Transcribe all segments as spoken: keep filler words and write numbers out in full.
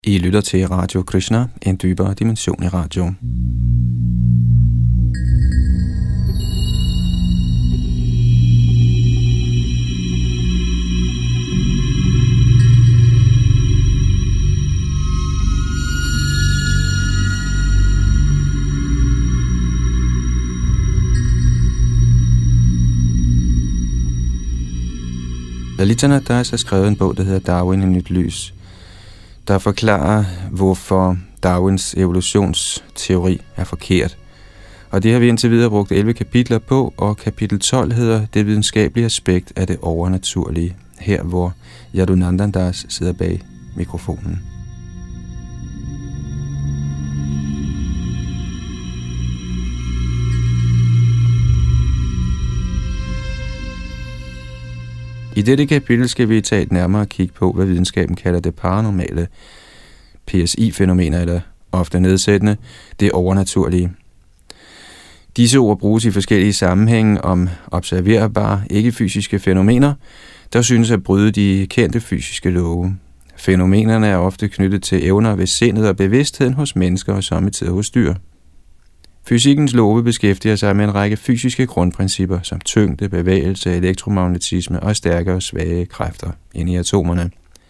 I lytter til Radio Krishna, en dybere dimension i radio. Lalita Nathdas har skrevet en bog, der hedder Darwin i nyt lys, der forklarer, hvorfor Darwins evolutionsteori er forkert. Og det har vi indtil videre brugt elleve kapitler på, og kapitel tolv hedder Det videnskabelige aspekt af det overnaturlige, her hvor Yadunandan Das sidder bag mikrofonen. I dette kapitel skal vi tage et nærmere kig på, hvad videnskaben kalder det paranormale, P S I-fænomener eller ofte nedsættende, det overnaturlige. Disse ord bruges i forskellige sammenhænge om observerbare, ikke-fysiske fænomener, der synes at bryde de kendte fysiske love. Fænomenerne er ofte knyttet til evner ved sindet og bevidstheden hos mennesker og sommetider hos dyr. Fysikkens love beskæftiger sig med en række fysiske grundprincipper som tyngde, bevægelse, elektromagnetisme og stærke og svage kræfter inde i atomerne.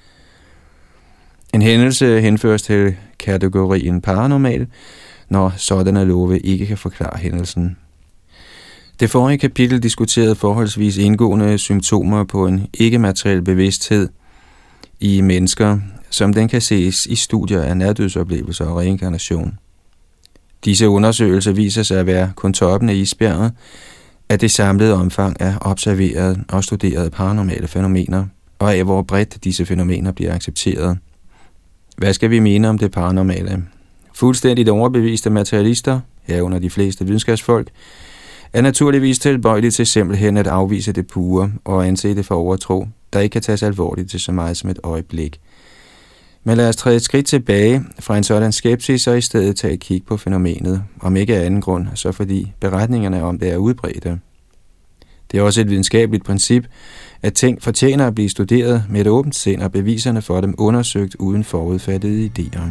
En hændelse henføres til kategorien paranormal, når sådanne love ikke kan forklare hændelsen. Det forrige kapitel diskuterede forholdsvis indgående symptomer på en ikke-materiel bevidsthed i mennesker, som den kan ses i studier af nærdødsoplevelser og reinkarnation. Disse undersøgelser viser sig at være kun toppen af isbjerget af det samlede omfang af observerede og studerede paranormale fænomener, og af hvor bredt disse fænomener bliver accepteret. Hvad skal vi mene om det paranormale? Fuldstændigt overbeviste materialister, herunder de fleste videnskabsfolk, er naturligvis tilbøjelige til simpelthen at afvise det pure og anse det for overtro, der ikke kan tages alvorligt til så meget som et øjeblik. Men lad os træde et skridt tilbage fra en sådan skepsis og i stedet tage et kig på fænomenet, om ikke af anden grund, så fordi beretningerne om det er udbredte. Det er også et videnskabeligt princip, at ting fortjener at blive studeret med et åbent sind og beviserne for dem undersøgt uden forudfattede idéer.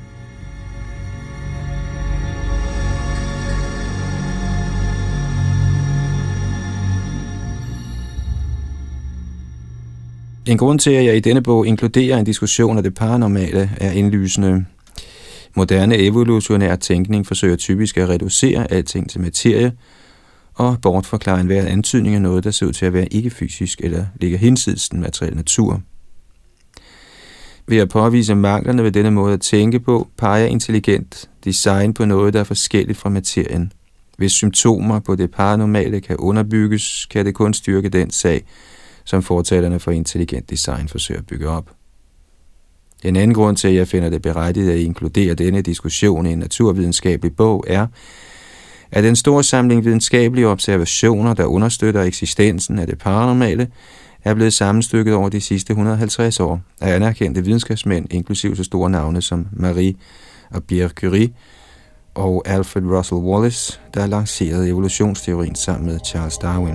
En grund til, at jeg i denne bog inkluderer en diskussion af det paranormale, er indlysende. Moderne evolutionær tænkning forsøger typisk at reducere alting til materie og bortforklare enhver antydning af noget, der ser ud til at være ikke-fysisk eller ligger hinsides den materielle natur. Ved at påvise manglerne ved denne måde at tænke på, peger intelligent design på noget, der er forskelligt fra materien. Hvis symptomer på det paranormale kan underbygges, kan det kun styrke den sag, som fortalerne for intelligent design forsøger at bygge op. En anden grund til, at jeg finder det berettiget at inkludere denne diskussion i en naturvidenskabelig bog, er, at en stor samling videnskabelige observationer, der understøtter eksistensen af det paranormale, er blevet sammenstykket over de sidste et hundrede og halvtreds år af anerkendte videnskabsmænd, inklusive så store navne som Marie og Pierre Curie og Alfred Russel Wallace, der lancerede evolutionsteorien sammen med Charles Darwin.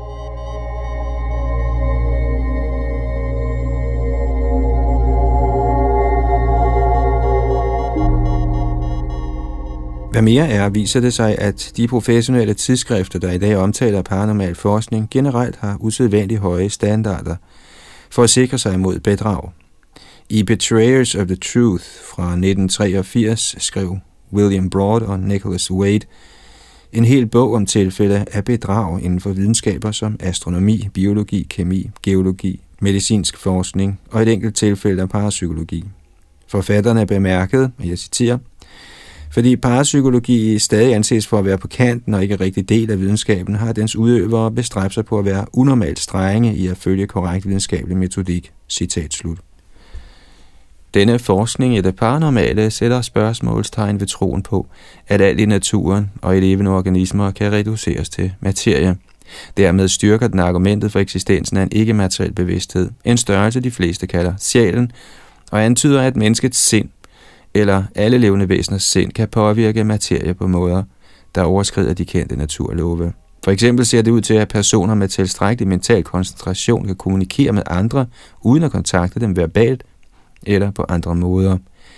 Hvad mere er, viser det sig, at de professionelle tidsskrifter, der i dag omtaler paranormal forskning, generelt har usædvanligt høje standarder for at sikre sig imod bedrag. I Betrayers of the Truth fra nitten treogfirs skrev William Broad og Nicholas Wade en hel bog om tilfælde af bedrag inden for videnskaber som astronomi, biologi, kemi, geologi, medicinsk forskning og et enkelt tilfælde af parapsykologi. Forfatterne bemærkede, og jeg citerer, fordi parapsykologi stadig anses for at være på kanten og ikke en rigtig del af videnskaben, har dens udøvere bestræbt sig på at være unormalt strenge i at følge korrekt videnskabelig metodik. Citat slut. Denne forskning i det paranormale sætter spørgsmålstegn ved troen på, at alt i naturen og i levende organismer kan reduceres til materie. Dermed styrker den argumentet for eksistensen af en ikke-materiel bevidsthed, en størrelse de fleste kalder sjælen, og antyder, at menneskets sind eller alle levende væseners sind kan påvirke materie på måder, der overskrider de kendte naturlove. For eksempel ser det ud til, at personer med tilstrækkelig mental koncentration kan kommunikere med andre, uden at kontakte dem verbalt eller på andre måder.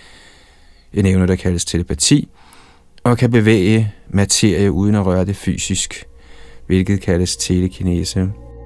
en evne, der kaldes telepati, og kan bevæge materie uden at røre det fysisk, hvilket kaldes telekinese.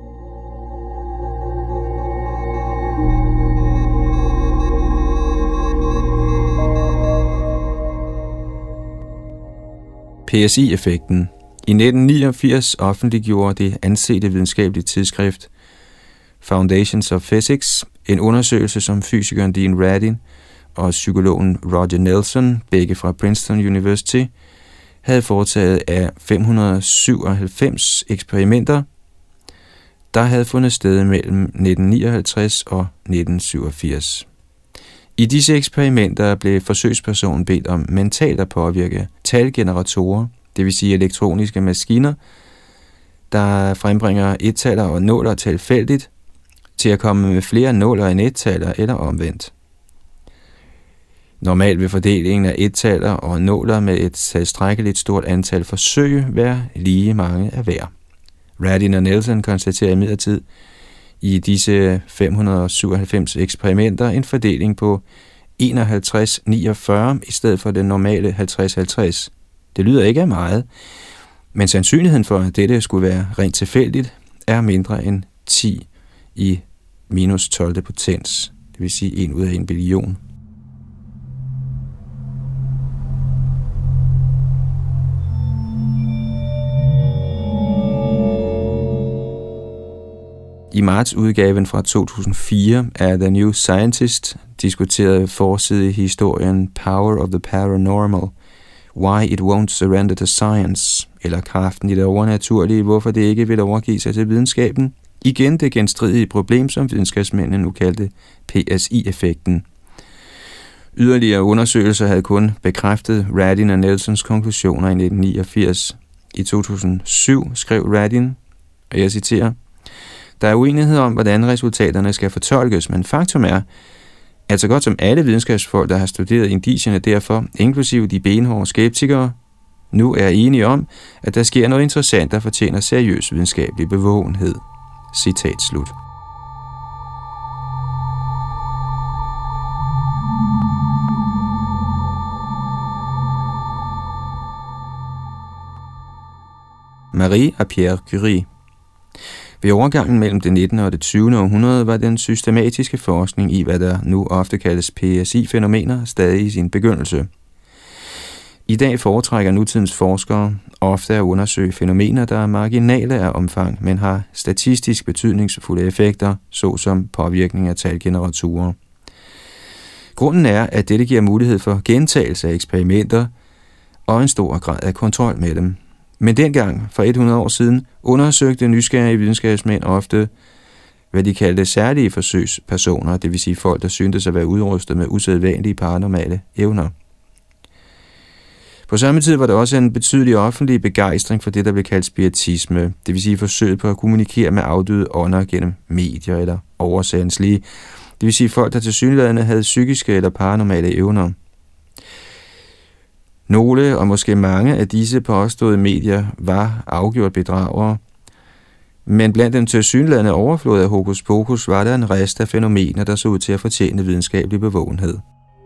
P S I-effekten. I nitten niogfirs offentliggjorde det ansete videnskabelige tidsskrift Foundations of Physics en undersøgelse, som fysikeren Dean Radin og psykologen Roger Nelson, begge fra Princeton University, havde foretaget af fem hundrede syvoghalvfems eksperimenter, der havde fundet sted mellem nitten nioghalvtreds og nitten syvogfirs. I disse eksperimenter blev forsøgspersonen bedt om mentalt at påvirke talgeneratorer, det vil sige elektroniske maskiner, der frembringer ettaller og nuller tilfældigt, til at komme med flere nuller end ettaller eller omvendt. Normalt vil fordelingen af ettaller og nuller med et tilstrækkeligt stort antal forsøg være lige mange af hver. Radin og Nelson konstaterer imidlertid i disse fem hundrede syvoghalvfems eksperimenter en fordeling på enoghalvtreds niogfyrre i stedet for den normale halvtreds halvtreds. Det lyder ikke af meget, men sandsynligheden for, at dette skulle være rent tilfældigt, er mindre end ti i minus tolvte potens, det vil sige en ud af en billion. I marts-udgaven fra to tusind og fire af The New Scientist diskuterede forside i historien Power of the Paranormal, Why it won't surrender to science, eller kraften i det overnaturlige, hvorfor det ikke vil overgive sig til videnskaben. Igen det genstridige problem, som videnskabsmændene nu kaldte P S I-effekten. Yderligere undersøgelser havde kun bekræftet Radin og Nelsons konklusioner i nitten niogfirs. I to tusind og syv skrev Radin, og jeg citerer, der er uenighed om, hvordan resultaterne skal fortolkes, men faktum er, at så godt som alle videnskabsfolk, der har studeret indicierne derfor, inklusive de benhårde skeptikere, nu er enige om, at der sker noget interessant, der fortjener seriøs videnskabelig bevågenhed. Citat slut. Marie og Pierre Curie. Ved overgangen mellem det nittende og det tyvende århundrede var den systematiske forskning i, hvad der nu ofte kaldes P S I-fænomener, stadig i sin begyndelse. I dag foretrækker nutidens forskere ofte at undersøge fænomener, der er marginale af omfang, men har statistisk betydningsfulde effekter, såsom påvirkning af talgeneratorer. Grunden er, at dette giver mulighed for gentagelse af eksperimenter og en stor grad af kontrol med dem. Men dengang, for hundrede år siden, undersøgte nysgerrige videnskabsmænd ofte, hvad de kaldte særlige forsøgspersoner, det vil sige folk, der syntes at være udrustet med usædvanlige paranormale evner. På samme tid var der også en betydelig offentlig begejstring for det, der blev kaldt spiritisme, det vil sige forsøget på at kommunikere med afdøde ånder gennem medier eller oversanselige, det vil sige folk, der tilsyneladende havde psykiske eller paranormale evner. Nogle og måske mange af disse påståede medier var afgjort bedragere, men blandt den tilsyneladende overflod af hokus pokus var der en rest af fænomener, der så ud til at fortjene videnskabelig bevågenhed.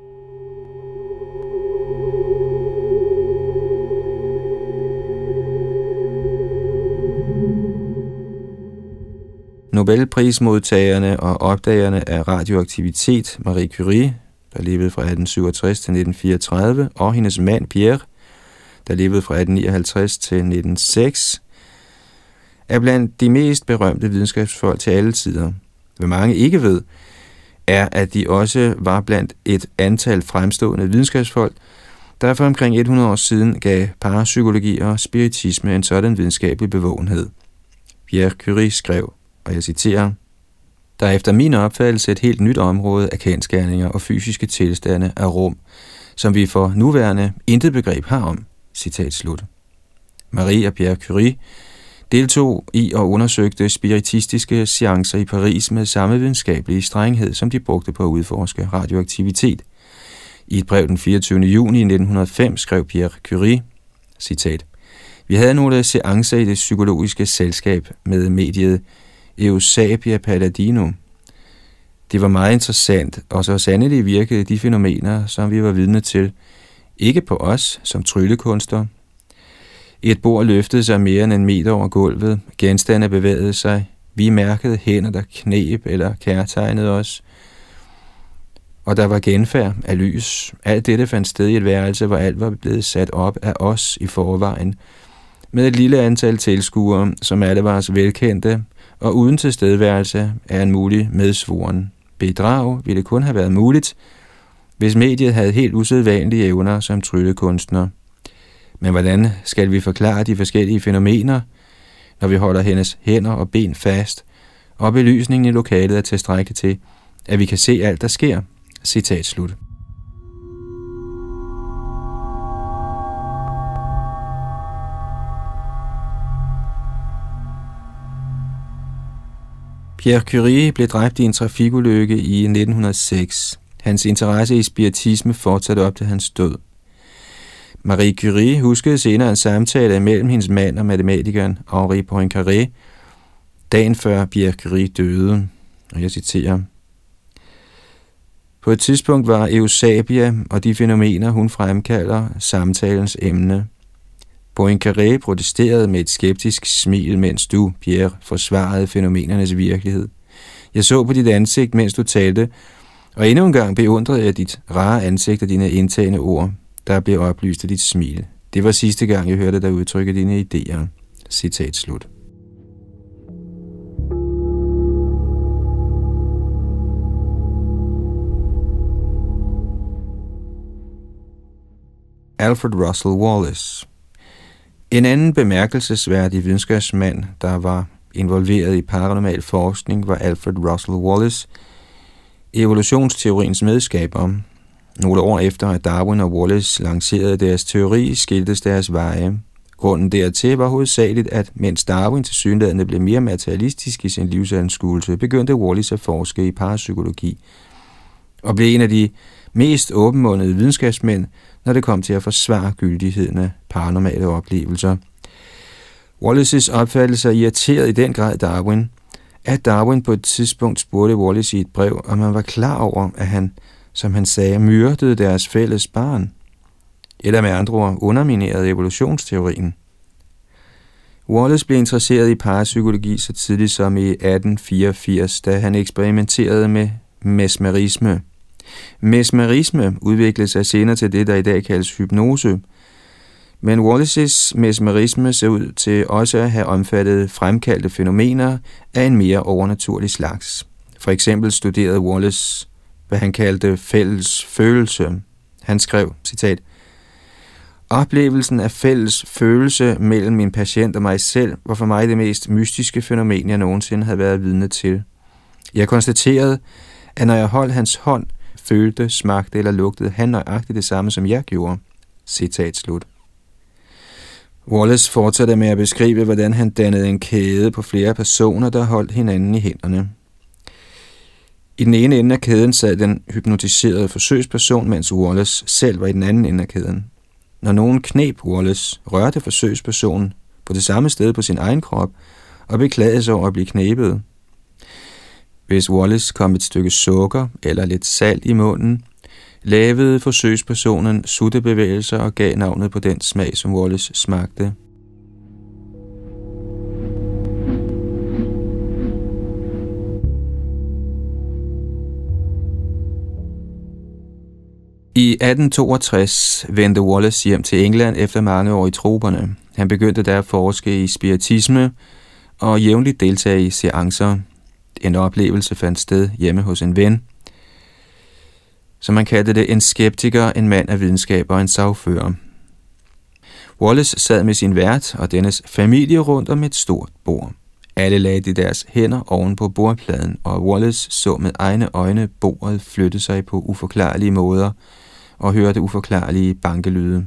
Nobelprismodtagerne og opdagerne af radioaktivitet, Marie Curie, der levede fra atten syvogtres til nitten fireogtredive, og hendes mand Pierre, der levede fra atten nioghalvtreds til nitten nul seks, er blandt de mest berømte videnskabsfolk til alle tider. Hvad mange ikke ved, er, at de også var blandt et antal fremstående videnskabsfolk, der for omkring hundrede år siden gav parapsykologi og spiritisme en sådan videnskabelig bevågenhed. Pierre Curie skrev, og jeg citerer, der er efter min opfattelse et helt nyt område af kendsgerninger og fysiske tilstande af rum, som vi for nuværende intet begreb har om. Citat slut. Marie og Pierre Curie deltog i og undersøgte spiritistiske seancer i Paris med samme videnskabelige strenghed, som de brugte på at udforske radioaktivitet. I et brev den fireogtyvende juni nitten hundrede og fem skrev Pierre Curie, citat, vi havde nogle seancer i det psykologiske selskab med mediet Eusapia Palladino. Det var meget interessant, og så sandelig virkede de fænomener, som vi var vidne til, ikke på os som tryllekunster. Et bord løftede sig mere end en meter over gulvet, genstande bevægede sig, vi mærkede hænder, der kneb eller kærtegnede os, og der var genfærd af lys. Alt dette fandt sted i et værelse, hvor alt var blevet sat op af os i forvejen, med et lille antal tilskuere, som alle var os velkendte, og uden tilstedeværelse af en mulig medsvoren. Bedrag ville kun have været muligt, hvis mediet havde helt usædvanlige evner som tryllekunstner. Men hvordan skal vi forklare de forskellige fænomener, når vi holder hendes hænder og ben fast, og belysningen i lokalet er tilstrækkelig til, at vi kan se alt, der sker? Citat slut. Pierre Curie blev dræbt i en trafikulykke i nitten hundrede og seks. Hans interesse i spiritisme fortsatte op til hans død. Marie Curie huskede senere en samtale mellem hendes mand og matematikeren Henri Poincaré, dagen før Pierre Curie døde. Og jeg citerer: På et tidspunkt var Eusapia og de fænomener, hun fremkalder, samtalens emne. Poincaré protesterede med et skeptisk smil, mens du, Pierre, forsvarede fænomenernes virkelighed. Jeg så på dit ansigt, mens du talte, og endnu en gang beundrede jeg dit rare ansigt og dine indtagende ord, der blev oplyst af dit smil. Det var sidste gang, jeg hørte dig udtrykke dine idéer. Citat slut. Alfred Russel Wallace. En anden bemærkelsesværdig videnskabsmand, der var involveret i paranormal forskning, var Alfred Russel Wallace, evolutionsteoriens medskaber. Nogle år efter, at Darwin og Wallace lancerede deres teori, skiltes deres veje. Grunden dertil var hovedsageligt, at mens Darwin tilsyneladende blev mere materialistisk i sin livsanskuelse, begyndte Wallace at forske i parapsykologi og blev en af de mest åbenmundede videnskabsmænd, når det kom til at forsvare gyldigheden af paranormale oplevelser. Wallaces opfattelse irriterede i den grad Darwin, at Darwin på et tidspunkt spurgte Wallace i et brev, om han var klar over, at han, som han sagde, myrdede deres fælles barn, eller med andre ord underminerede evolutionsteorien. Wallace blev interesseret i parapsykologi så tidligt som i atten fireogfirs, da han eksperimenterede med mesmerisme. Mesmerisme udviklede sig senere til det, der i dag kaldes hypnose, men Wallaces mesmerisme ser ud til også at have omfattet fremkaldte fænomener af en mere overnaturlig slags. For eksempel studerede Wallace, hvad han kaldte fælles følelse. Han skrev, citat, oplevelsen af fælles følelse mellem min patient og mig selv var for mig det mest mystiske fænomen, jeg nogensinde havde været vidne til. Jeg konstaterede, at når jeg holdt hans hånd, følte, smagte eller lugtede han nøjagtigt det samme, som jeg gjorde. Citat slut. Wallace fortsatte med at beskrive, hvordan han dannede en kæde på flere personer, der holdt hinanden i hænderne. I den ene ende af kæden sad den hypnotiserede forsøgsperson, mens Wallace selv var i den anden ende af kæden. Når nogen kneb Wallace, rørte forsøgspersonen på det samme sted på sin egen krop og beklagede sig over at blive knebet. Hvis Wallace kom et stykke sukker eller lidt salt i munden, lavede forsøgspersonen suttebevægelser og gav navnet på den smag, som Wallace smagte. I atten toogtres vendte Wallace hjem til England efter mange år i troperne. Han begyndte der at forske i spiritisme og jævnligt deltage i seancer. En oplevelse fandt sted hjemme hos en ven, som man kaldte det, en skeptiker, en mand af videnskab og en sagfører. Wallace sad med sin vært og dennes familie rundt om et stort bord. Alle lagde de deres hænder oven på bordpladen, og Wallace så med egne øjne bordet flytte sig på uforklarlige måder og hørte uforklarlige bankelyde.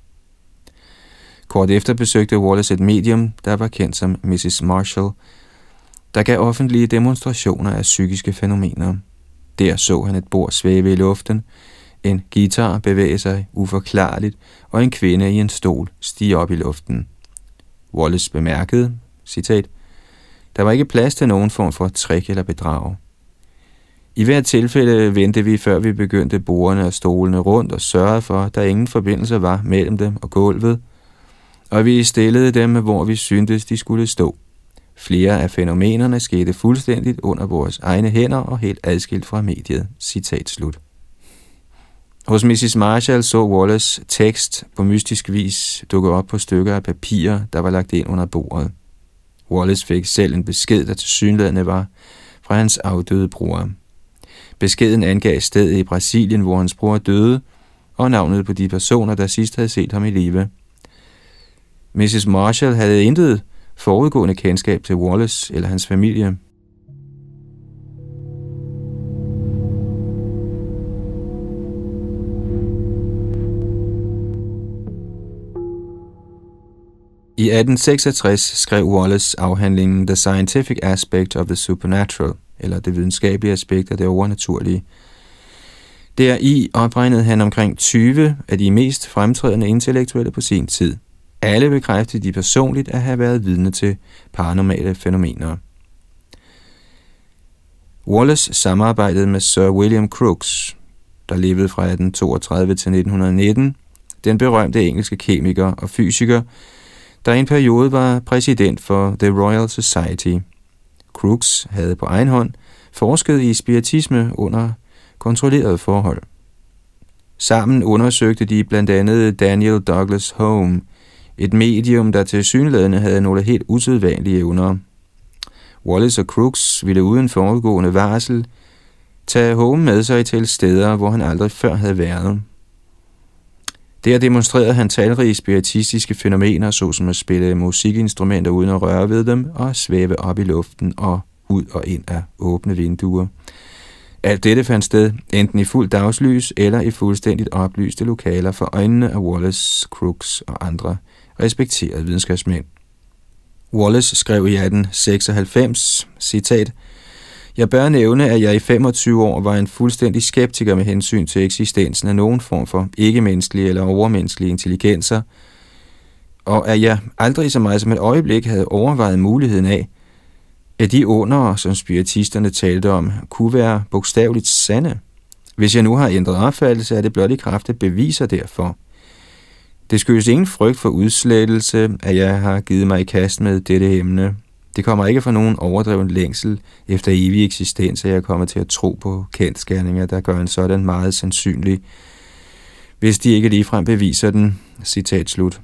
Kort efter besøgte Wallace et medium, der var kendt som missus Marshall, der gav offentlige demonstrationer af psykiske fænomener. Der så han et bord svæve i luften, en guitar bevæge sig uforklarligt, og en kvinde i en stol stige op i luften. Wallace bemærkede, citat, der var ikke plads til nogen form for trick eller bedrag. I hvert tilfælde vendte vi, før vi begyndte bordene og stolene rundt og sørgede for, at der ingen forbindelse var mellem dem og gulvet, og vi stillede dem, hvor vi syntes, de skulle stå. Flere af fænomenerne skete fuldstændigt under vores egne hænder og helt adskilt fra mediet. Citat slut. Hos missus Marshall så Wallace tekst på mystisk vis dukke op på stykker af papir, der var lagt ind under bordet. Wallace fik selv en besked, der tilsyneladende var fra hans afdøde bror. Beskeden angav stedet i Brasilien, hvor hans bror døde, og navnet på de personer, der sidst havde set ham i live. missus Marshall havde intet forudgående kendskab til Wallace eller hans familie. I atten seksogtres skrev Wallace afhandlingen The Scientific Aspect of the Supernatural, eller det videnskabelige aspekt af det overnaturlige. Deri opregnede han omkring tyve af de mest fremtrædende intellektuelle på sin tid. Alle bekræftede de personligt at have været vidne til paranormale fænomener. Wallace samarbejdede med Sir William Crookes, der levede fra atten toogtredive til nitten nitten, den berømte engelske kemiker og fysiker, der i en periode var præsident for The Royal Society. Crookes havde på egen hånd forsket i spiritisme under kontrollerede forhold. Sammen undersøgte de blandt andet Daniel Douglas Home, et medium, der tilsyneladende havde nogle helt usædvanlige evner. Wallace og Crookes ville uden forudgående varsel tage Home med sig til steder, hvor han aldrig før havde været. Der demonstrerede han talrige spiritistiske fænomener, såsom at spille musikinstrumenter uden at røre ved dem, og svæve op i luften og ud og ind af åbne vinduer. Alt dette fandt sted enten i fuld dagslys eller i fuldstændigt oplyste lokaler for øjnene af Wallace, Crookes og andre respekterede videnskabsmænd. Wallace skrev i atten seksoghalvfems, citat, Jeg bør nævne, at jeg i femogtyve år var en fuldstændig skeptiker med hensyn til eksistensen af nogen form for ikke-menneskelige eller overmenneskelige intelligenser, og at jeg aldrig så meget som et øjeblik havde overvejet muligheden af, at de under, som spiritisterne talte om, kunne være bogstaveligt sande. Hvis jeg nu har ændret opfattelse, er det blot i kraft af beviser derfor. Det skyldes ingen frygt for udslettelse, at jeg har givet mig i kast med dette emne. Det kommer ikke fra nogen overdreven længsel efter evig eksistens, at jeg kommer til at tro på kendsgerninger, der gør en sådan meget sandsynlig, hvis de ikke ligefrem beviser den. Citat slut.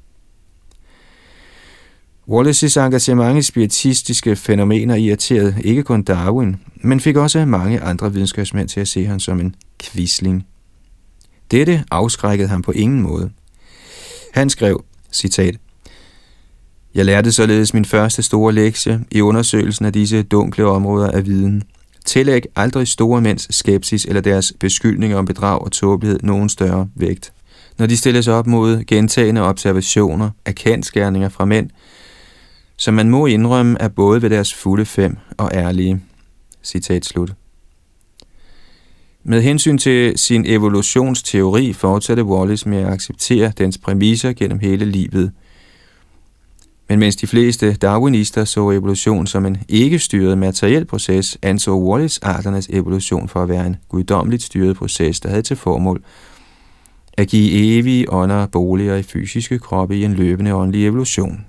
Wallaces engagement i spiritistiske fænomener irriterede ikke kun Darwin, men fik også mange andre videnskabsmænd til at se ham som en kvisling. Dette afskrækkede ham på ingen måde. Han skrev, citat, Jeg lærte således min første store lektie i undersøgelsen af disse dunkle områder af viden. Tillæg aldrig store mænds skepsis eller deres beskyldninger om bedrag og tåbelighed nogen større vægt. Når de stilles op mod gentagne observationer af kendsgerninger fra mænd, som man må indrømme er både ved deres fulde fem og ærlige. Citat slut. Med hensyn til sin evolutionsteori fortsatte Wallace med at acceptere dens præmisser gennem hele livet. Men mens de fleste darwinister så evolution som en ikke-styret materiel proces, anså Wallace arternes evolution for at være en guddommeligt styret proces, der havde til formål at give evige ånder boliger i fysiske kroppe i en løbende åndelig evolution.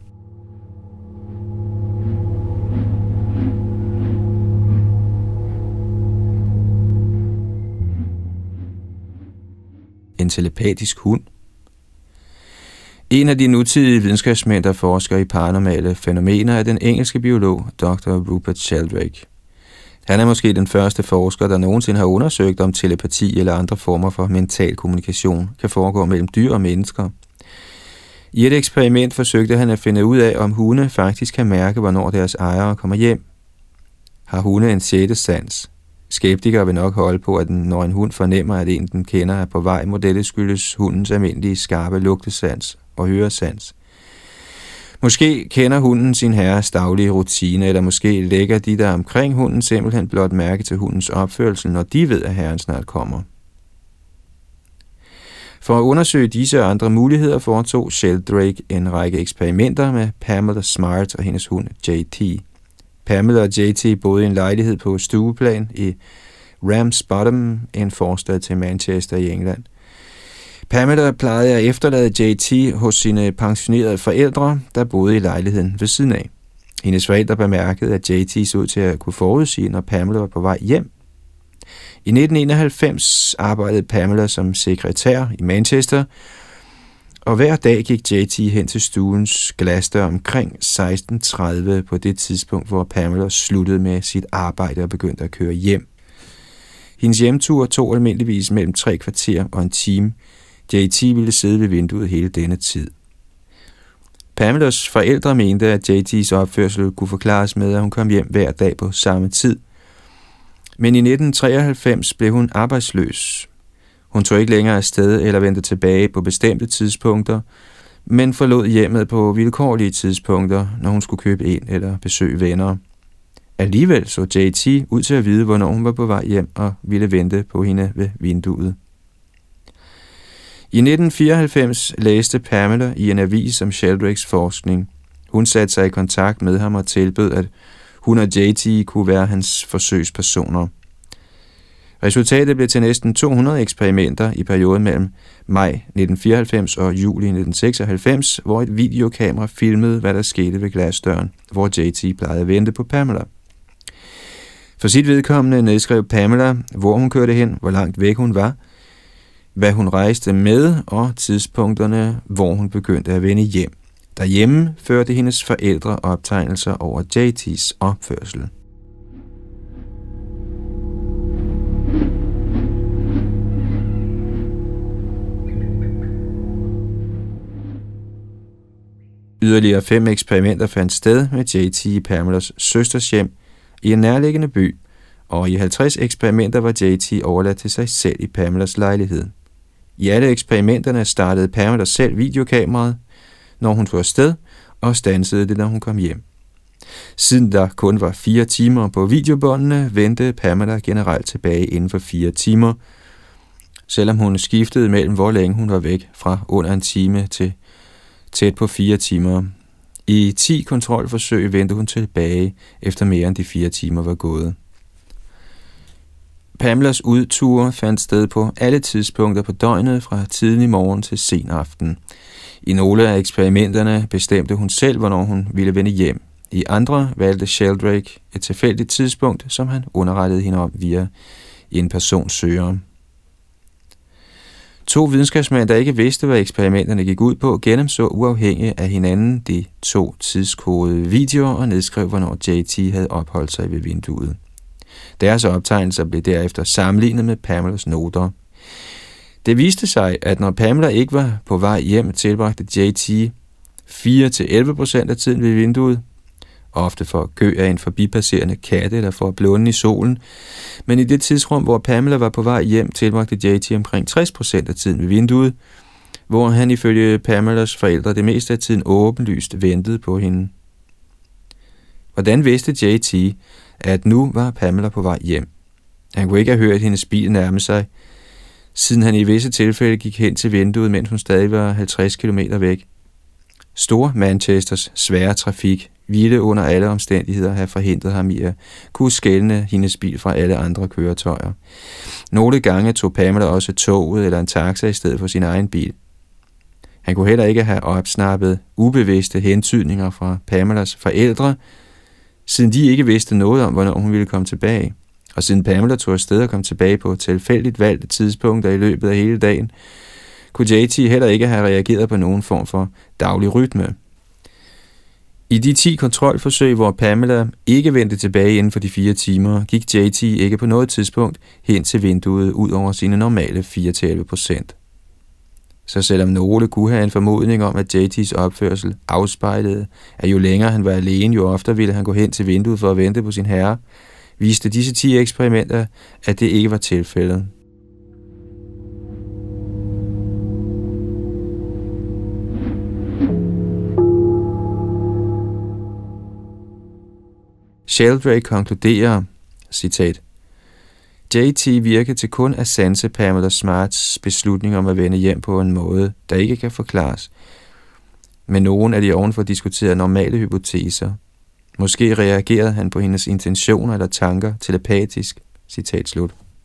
En telepatisk hund. En af de nutidige videnskabsmænd, der forsker i paranormale fænomener, er den engelske biolog doktor Rupert Sheldrake. Han er måske den første forsker, der nogensinde har undersøgt, om telepati eller andre former for mental kommunikation kan foregå mellem dyr og mennesker. I et eksperiment forsøgte han at finde ud af, om hunde faktisk kan mærke, hvornår deres ejere kommer hjem. Har hunde en sjette sans? Skeptikere vil nok holde på, at når en hund fornemmer, at en den kender er på vej, må dette skyldes hundens almindelige skarpe lugtesans og høresans. Måske kender hunden sin herres daglige rutine, eller måske lægger de der omkring hunden simpelthen blot mærke til hundens opførsel, når de ved, at herren snart kommer. For at undersøge disse og andre muligheder foretog Sheldrake en række eksperimenter med Pamela Smart og hendes hund J T. Pamela og J T boede i en lejlighed på stueplan i Ram's Bottom, en forstad til Manchester i England. Pamela plejede at efterlade J T hos sine pensionerede forældre, der boede i lejligheden ved siden af. Hendes forældre bemærkede, at J T så ud til at kunne forudsige, når Pamela var på vej hjem. I nitten enoghalvfems arbejdede Pamela som sekretær i Manchester, og hver dag gik J T hen til stuens glasdør omkring seksten tredive på det tidspunkt, hvor Pamela sluttede med sit arbejde og begyndte at køre hjem. Hendes hjemtur tog almindeligvis mellem tre kvarter og en time. J T ville sidde ved vinduet hele denne tid. Pamelas forældre mente, at J T's opførsel kunne forklares med, at hun kom hjem hver dag på samme tid. Men i nitten treoghalvfems blev hun arbejdsløs. Hun tog ikke længere afsted eller vendte tilbage på bestemte tidspunkter, men forlod hjemmet på vilkårlige tidspunkter, når hun skulle købe ind eller besøge venner. Alligevel så J T ud til at vide, hvornår hun var på vej hjem og ville vente på hende ved vinduet. I nitten fireoghalvfems læste Pamela i en avis om Sheldrakes forskning. Hun satte sig i kontakt med ham og tilbød, at hun og J T kunne være hans forsøgspersoner. Resultatet blev til næsten to hundrede eksperimenter i perioden mellem maj nitten fireoghalvfems og juli nitten seksoghalvfems, hvor et videokamera filmede, hvad der skete ved glasdøren, hvor J T plejede at vente på Pamela. For sit vedkommende nedskrev Pamela, hvor hun kørte hen, hvor langt væk hun var, hvad hun rejste med og tidspunkterne, hvor hun begyndte at vende hjem. Derhjemme førte hendes forældre optegnelser over J T's opførsel. Yderligere fem eksperimenter fandt sted med J T i Pamelas søsters hjem i en nærliggende by, og i halvtreds eksperimenter var J T overladt til sig selv i Pamelas lejlighed. I alle eksperimenterne startede Pamela selv videokameraet, når hun tog afsted, og standsede det, når hun kom hjem. Siden der kun var fire timer på videobåndene, vendte Pamela generelt tilbage inden for fire timer, selvom hun skiftede mellem, hvor længe hun var væk, fra under en time til tæt på fire timer. I ti kontrolforsøg vendte hun tilbage, efter mere end de fire timer var gået. Pamelas udture fandt sted på alle tidspunkter på døgnet, fra tidlig morgen til sen aften. I nogle af eksperimenterne bestemte hun selv, hvornår hun ville vende hjem. I andre valgte Sheldrake et tilfældigt tidspunkt, som han underrettede hende om via en personsøger. To videnskabsmænd, der ikke vidste, hvad eksperimenterne gik ud på, gennemså uafhængigt af hinanden de to tidskodede videoer og nedskrev, hvornår J T havde opholdt sig ved vinduet. Deres optegnelser blev derefter sammenlignet med Pamelas noter. Det viste sig, at når Pamela ikke var på vej hjem, tilbragte J T fire til elleve procent af tiden ved vinduet, ofte for at gø af en forbipasserende katte eller for at blunde i solen, men i det tidsrum, hvor Pamela var på vej hjem, tilbragte J T omkring tres procent af tiden ved vinduet, hvor han ifølge Pamelas forældre det meste af tiden åbenlyst ventede på hende. Hvordan vidste J T, at nu var Pamela på vej hjem? Han kunne ikke have hørt hendes bil nærme sig, siden han i visse tilfælde gik hen til vinduet, mens hun stadig var halvtreds kilometer væk. Store Manchesters svære trafik ville under alle omstændigheder have forhindret ham i at kunne skelne hendes bil fra alle andre køretøjer. Nogle gange tog Pamela også toget eller en taxa i stedet for sin egen bil. Han kunne heller ikke have opsnappet ubevidste hentydninger fra Pamelas forældre, siden de ikke vidste noget om, hvornår hun ville komme tilbage. Og siden Pamela tog afsted og kom tilbage på tilfældigt valgte tidspunkter i løbet af hele dagen, kunne J T heller ikke have reageret på nogen form for daglig rytme. I de ti kontrolforsøg, hvor Pamela ikke vendte tilbage inden for de fire timer, gik J T ikke på noget tidspunkt hen til vinduet ud over sine normale fire til elleve procent. Så selvom nogle kunne have en formodning om, at J T's opførsel afspejlede, at jo længere han var alene, jo oftere ville han gå hen til vinduet for at vente på sin herre, viste disse ti eksperimenter, at det ikke var tilfældet. Sheldrake konkluderer, citat, J T virker til kun at sanse Pamela Smarts beslutning om at vende hjem på en måde, der ikke kan forklares, med nogen af de ovenfor diskuterede normale hypoteser. Måske reagerede han på hendes intentioner eller tanker telepatisk, citat slut.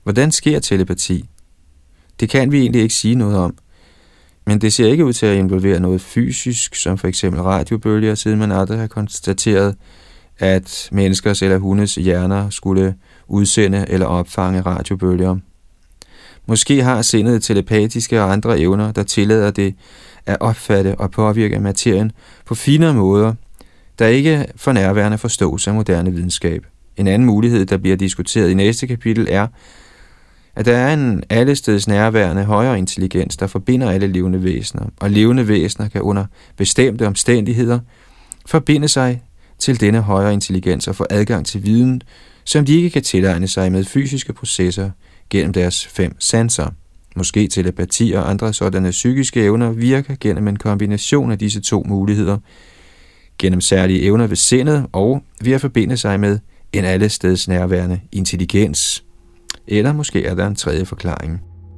Hvordan sker telepati? Det kan vi egentlig ikke sige noget om, men det ser ikke ud til at involvere noget fysisk, som for eksempel radiobølger, siden man aldrig har konstateret, at menneskers eller hundes hjerner skulle udsende eller opfange radiobølger. Måske har sindet telepatiske og andre evner, der tillader det at opfatte og påvirke materien på finere måder, der ikke for nærværende forstås af moderne videnskab. En anden mulighed, der bliver diskuteret i næste kapitel, er, at der er en allesteds nærværende højere intelligens, der forbinder alle levende væsener, og levende væsener kan under bestemte omstændigheder forbinde sig til denne højere intelligens og få adgang til viden, som de ikke kan tilegne sig med fysiske processer gennem deres fem sanser. Måske telepati og andre sådanne psykiske evner virker gennem en kombination af disse to muligheder, gennem særlige evner ved sindet og ved at forbinde sig med en allesteds nærværende intelligens. Eller måske er der en tredje forklaring.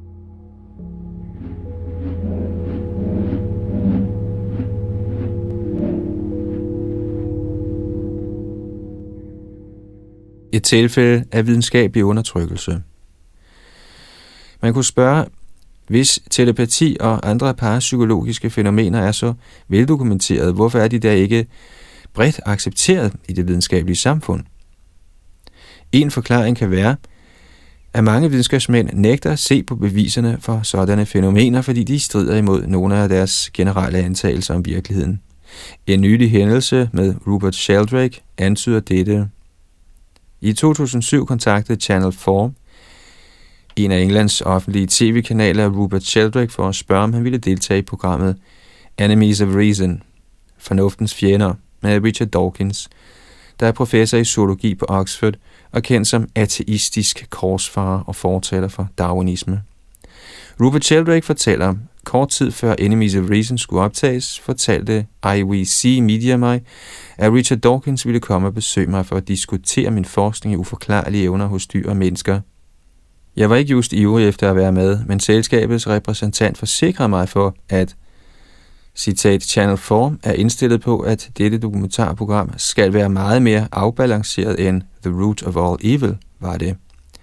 Et tilfælde af videnskabelig undertrykkelse. Man kunne spørge, hvis telepati og andre parapsykologiske fænomener er så veldokumenteret, hvorfor er de der ikke bredt accepteret i det videnskabelige samfund? En forklaring kan være, at mange videnskabsmænd nægter at se på beviserne for sådanne fænomener, fordi de strider imod nogle af deres generelle antagelser om virkeligheden. En nylig hændelse med Rupert Sheldrake antyder dette. I to tusind og syv kontaktede Channel fire, en af Englands offentlige tv-kanaler, Rupert Sheldrake for at spørge, om han ville deltage i programmet Enemies of Reason, fornuftens fjender, med Richard Dawkins, der er professor i zoologi på Oxford og kendt som ateistisk korsfarer og fortaler for darwinisme. Rupert Sheldrake fortæller, kort tid før Enemies of Reason skulle optages, fortalte I W C Media mig, at Richard Dawkins ville komme og besøge mig for at diskutere min forskning i uforklarlige evner hos dyr og mennesker. Jeg var ikke just ivrig efter at være med, men selskabets repræsentant forsikrede mig for, at citat, Channel fire er indstillet på, at dette dokumentarprogram skal være meget mere afbalanceret end The Root of All Evil, var det.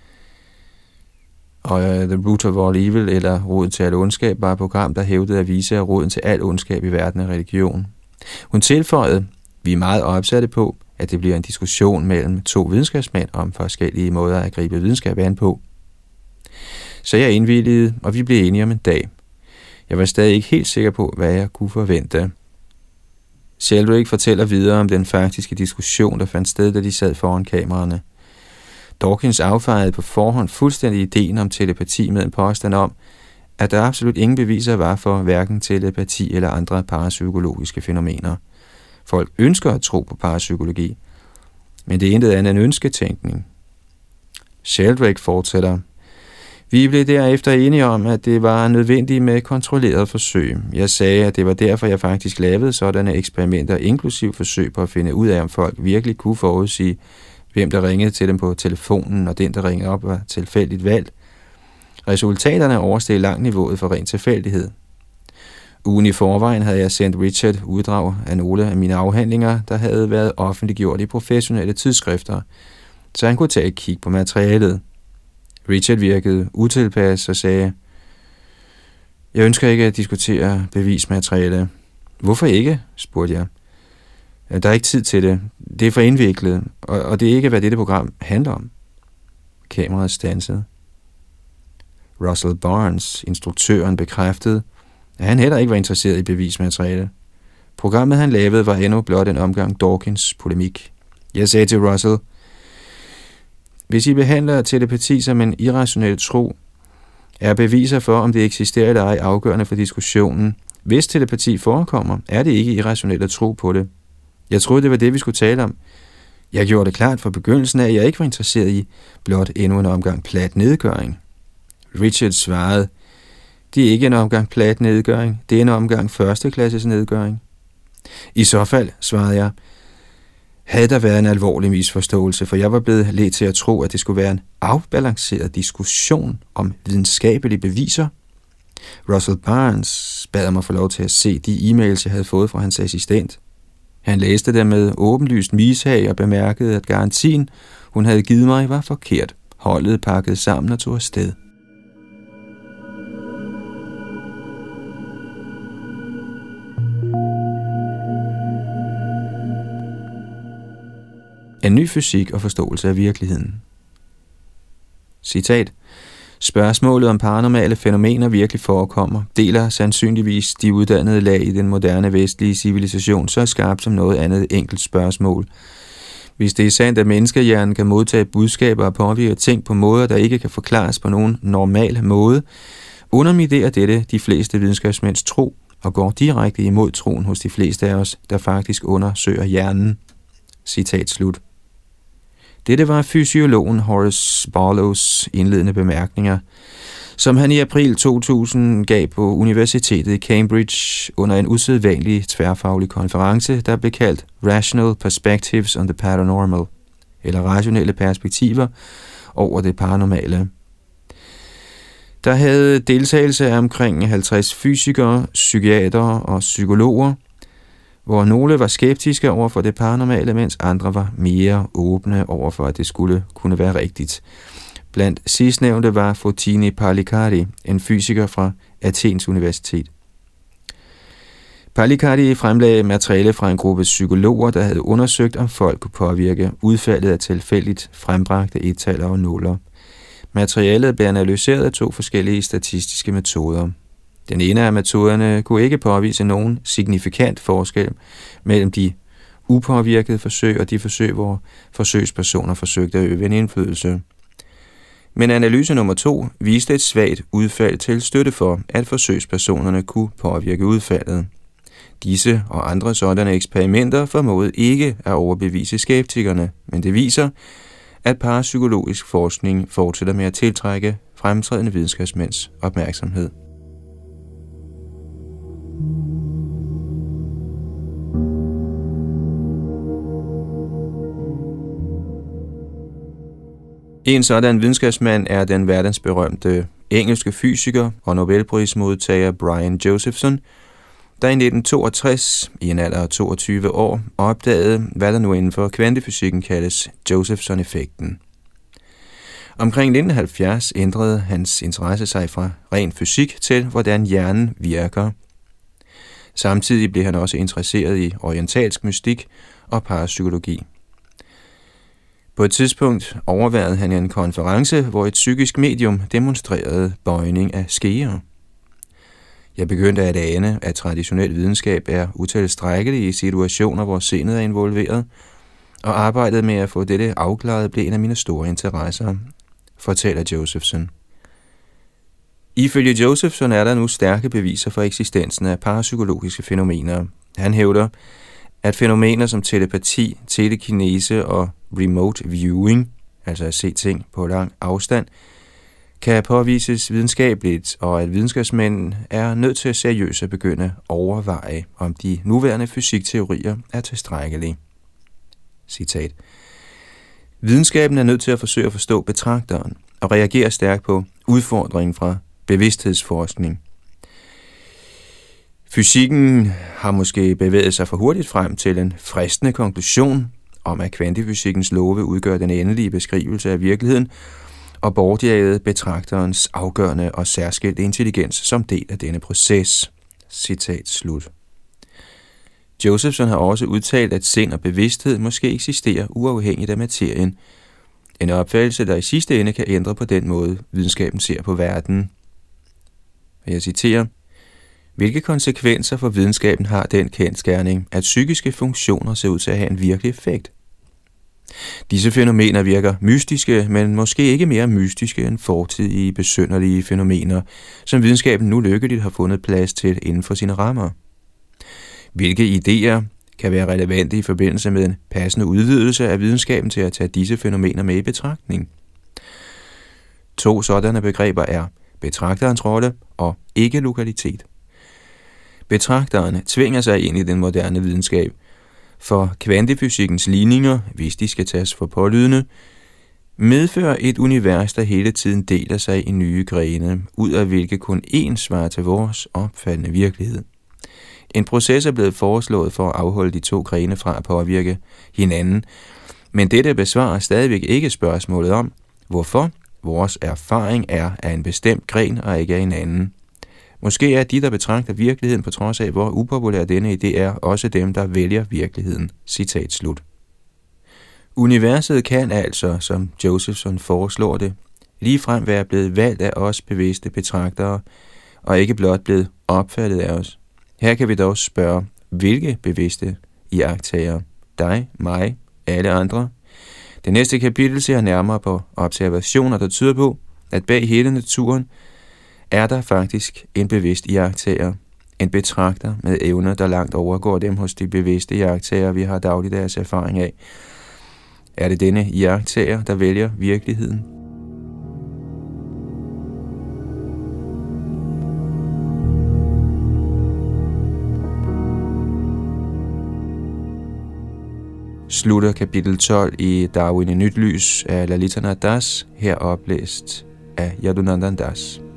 Og uh, The Root of All Evil, eller Roden til al ondskab, var et program, der hævdede at vise, at roden til al ondskab i verden er religion. Hun tilføjede, vi er meget opsatte på, at det bliver en diskussion mellem to videnskabsmænd om forskellige måder at gribe videnskab an på. Så jeg indvilligede, og vi blev enige om en dag. Jeg var stadig ikke helt sikker på, hvad jeg kunne forvente. Sheldrake fortæller videre om den faktiske diskussion, der fandt sted, da de sad foran kameraerne. Dawkins affejede på forhånd fuldstændig ideen om telepati med en påstand om, at der absolut ingen beviser var for hverken telepati eller andre parapsykologiske fænomener. Folk ønsker at tro på parapsykologi, men det er intet andet end ønsketænkning. Sheldrake fortsætter. Vi blev derefter enige om, at det var nødvendigt med kontrolleret forsøg. Jeg sagde, at det var derfor, jeg faktisk lavede sådanne eksperimenter, inklusiv forsøg på at finde ud af, om folk virkelig kunne forudsige, hvem der ringede til dem på telefonen, og den, der ringede op, var tilfældigt valgt. Resultaterne oversteg langt niveauet for ren tilfældighed. Ugen i forvejen havde jeg sendt Richard uddrag af nogle af mine afhandlinger, der havde været offentliggjort i professionelle tidsskrifter, så han kunne tage et kig på materialet. Richard virkede utilpas og sagde, jeg ønsker ikke at diskutere bevismateriale. Hvorfor ikke? Spurgte jeg. Der er ikke tid til det. Det er for indviklet, og, og det er ikke, hvad dette program handler om. Kameraet standsede. Russell Barnes, instruktøren, bekræftede, at han heller ikke var interesseret i bevismateriale. Programmet, han lavede, var endnu blot en omgang Dawkins polemik. Jeg sagde til Russell, hvis I behandler telepati som en irrationel tro, er beviser for, om det eksisterer eller ej, afgørende for diskussionen. Hvis telepati forekommer, er det ikke irrationelt at tro på det. Jeg troede, det var det, vi skulle tale om. Jeg gjorde det klart fra begyndelsen af, at jeg ikke var interesseret i blot endnu en omgang plat nedgøring. Richard svarede, det er ikke en omgang plat nedgøring, det er en omgang førsteklasses nedgøring. I så fald, svarede jeg, havde der været en alvorlig misforståelse, for jeg var blevet ledt til at tro, at det skulle være en afbalanceret diskussion om videnskabelige beviser. Russell Barnes bad mig få lov til at se de e-mails, jeg havde fået fra hans assistent. Han læste dem med åbenlyst mishag og bemærkede, at garantien, hun havde givet mig, var forkert, Holdet pakkede sammen og tog afsted. En ny fysik og forståelse af virkeligheden. Citat. Spørgsmålet om paranormale fænomener virkelig forekommer, deler sandsynligvis de uddannede lag i den moderne vestlige civilisation så skarpt som noget andet enkelt spørgsmål. Hvis det er sandt, at menneskehjernen kan modtage budskaber og påvirke ting på måder, der ikke kan forklares på nogen normal måde, underminerer dette de fleste videnskabsmænds tro og går direkte imod troen hos de fleste af os, der faktisk undersøger hjernen. Citat slut. Dette var fysiologen Horace Barlows indledende bemærkninger, som han i april to tusind gav på Universitetet i Cambridge under en usædvanlig tværfaglig konference, der blev kaldt Rational Perspectives on the Paranormal, eller rationelle perspektiver over det paranormale. Der havde deltagelse af omkring halvtreds fysikere, psykiatere og psykologer, hvor nogle var skeptiske over for det paranormale, mens andre var mere åbne over for, at det skulle kunne være rigtigt. Blandt sidstnævnte var Fotini Palikari, en fysiker fra Athens Universitet. Palikari fremlagde materiale fra en gruppe psykologer, der havde undersøgt, om folk kunne påvirke udfaldet af tilfældigt frembragte ettaller og nuller. Materialet blev analyseret af to forskellige statistiske metoder. Den ene af metoderne kunne ikke påvise nogen signifikant forskel mellem de upåvirkede forsøg og de forsøg, hvor forsøgspersoner forsøgte at øve en indflydelse. Men analyse nummer to viste et svagt udfald til støtte for, at forsøgspersonerne kunne påvirke udfaldet. Disse og andre sådanne eksperimenter formåede ikke at overbevise skeptikerne, men det viser, at parapsykologisk forskning fortsætter med at tiltrække fremtrædende videnskabsmænds opmærksomhed. En sådan videnskabsmand er den verdensberømte engelske fysiker og Nobelprismodtager Brian Josephson, der i nitten toogtres, i en alder af toogtyve år, opdagede, hvad der nu inden for kvantefysikken kaldes Josephson-effekten. Omkring nitten halvfjerds ændrede hans interesse sig fra ren fysik til, hvordan hjernen virker. Samtidig blev han også interesseret i orientalsk mystik og parapsykologi. På et tidspunkt overværede han en konference, hvor et psykisk medium demonstrerede bøjning af skeer. Jeg begyndte at ane, at traditionel videnskab er utilstrækkelig i situationer, hvor sindet er involveret, og arbejdet med at få dette afklaret blev en af mine store interesser, fortæller Josephson. Ifølge Josephson er der nu stærke beviser for eksistensen af parapsykologiske fænomener. Han hævder, at fænomener som telepati, telekinese og remote viewing, altså at se ting på lang afstand, kan påvises videnskabeligt, og at videnskabsmænd er nødt til at seriøst at begynde at overveje, om de nuværende fysikteorier er tilstrækkelige. Citat. Videnskaben er nødt til at forsøge at forstå betragteren og reagere stærkt på udfordringen fra bevidsthedsforskning. Fysikken har måske bevæget sig for hurtigt frem til en fristende konklusion om, at kvantefysikkens love udgør den endelige beskrivelse af virkeligheden, og bortjaget betragterens afgørende og særskilte intelligens som del af denne proces. Citat slut. Josephson har også udtalt, at sind og bevidsthed måske eksisterer uafhængigt af materien. En opfattelse, der i sidste ende kan ændre på den måde, videnskaben ser på verden. Jeg citerer: Hvilke konsekvenser for videnskaben har den kendsgerning, at psykiske funktioner ser ud til at have en virkelig effekt? Disse fænomener virker mystiske, men måske ikke mere mystiske end fortidige besynderlige fænomener, som videnskaben nu lykkeligt har fundet plads til inden for sine rammer. Hvilke idéer kan være relevante i forbindelse med en passende udvidelse af videnskaben til at tage disse fænomener med i betragtning? To sådanne begreber er betragterens rolle og ikke-lokalitet. Betragteren tvinger sig ind i den moderne videnskab, for kvantefysikkens ligninger, hvis de skal tages for pålydende, medfører et univers, der hele tiden deler sig i nye grene, ud af hvilke kun én svarer til vores opfattende virkelighed. En proces er blevet foreslået for at afholde de to grene fra at påvirke hinanden, men dette besvarer stadigvæk ikke spørgsmålet om, Hvorfor? Vores erfaring er af en bestemt gren og ikke af en anden. Måske er de, der betragter virkeligheden på trods af, hvor upopulær denne idé er, også dem, der vælger virkeligheden. Citat slut. Universet kan altså, som Josephson foreslår det, ligefrem være blevet valgt af os bevidste betragtere, og ikke blot blevet opfattet af os. Her kan vi dog spørge, hvilke bevidste iagttagere? Dig, mig, alle andre? Det næste kapitel ser nærmere på observationer, der tyder på, at bag hele naturen er der faktisk en bevidst iagttager, en betragter med evner, der langt overgår dem hos de bevidste iagttagere, vi har dagligdags erfaring af. Er det denne iagttager, der vælger virkeligheden? Slutter kapitel tolv i Darwin i nyt lys af Lalita Das, her oplæst af Yadunandan Das.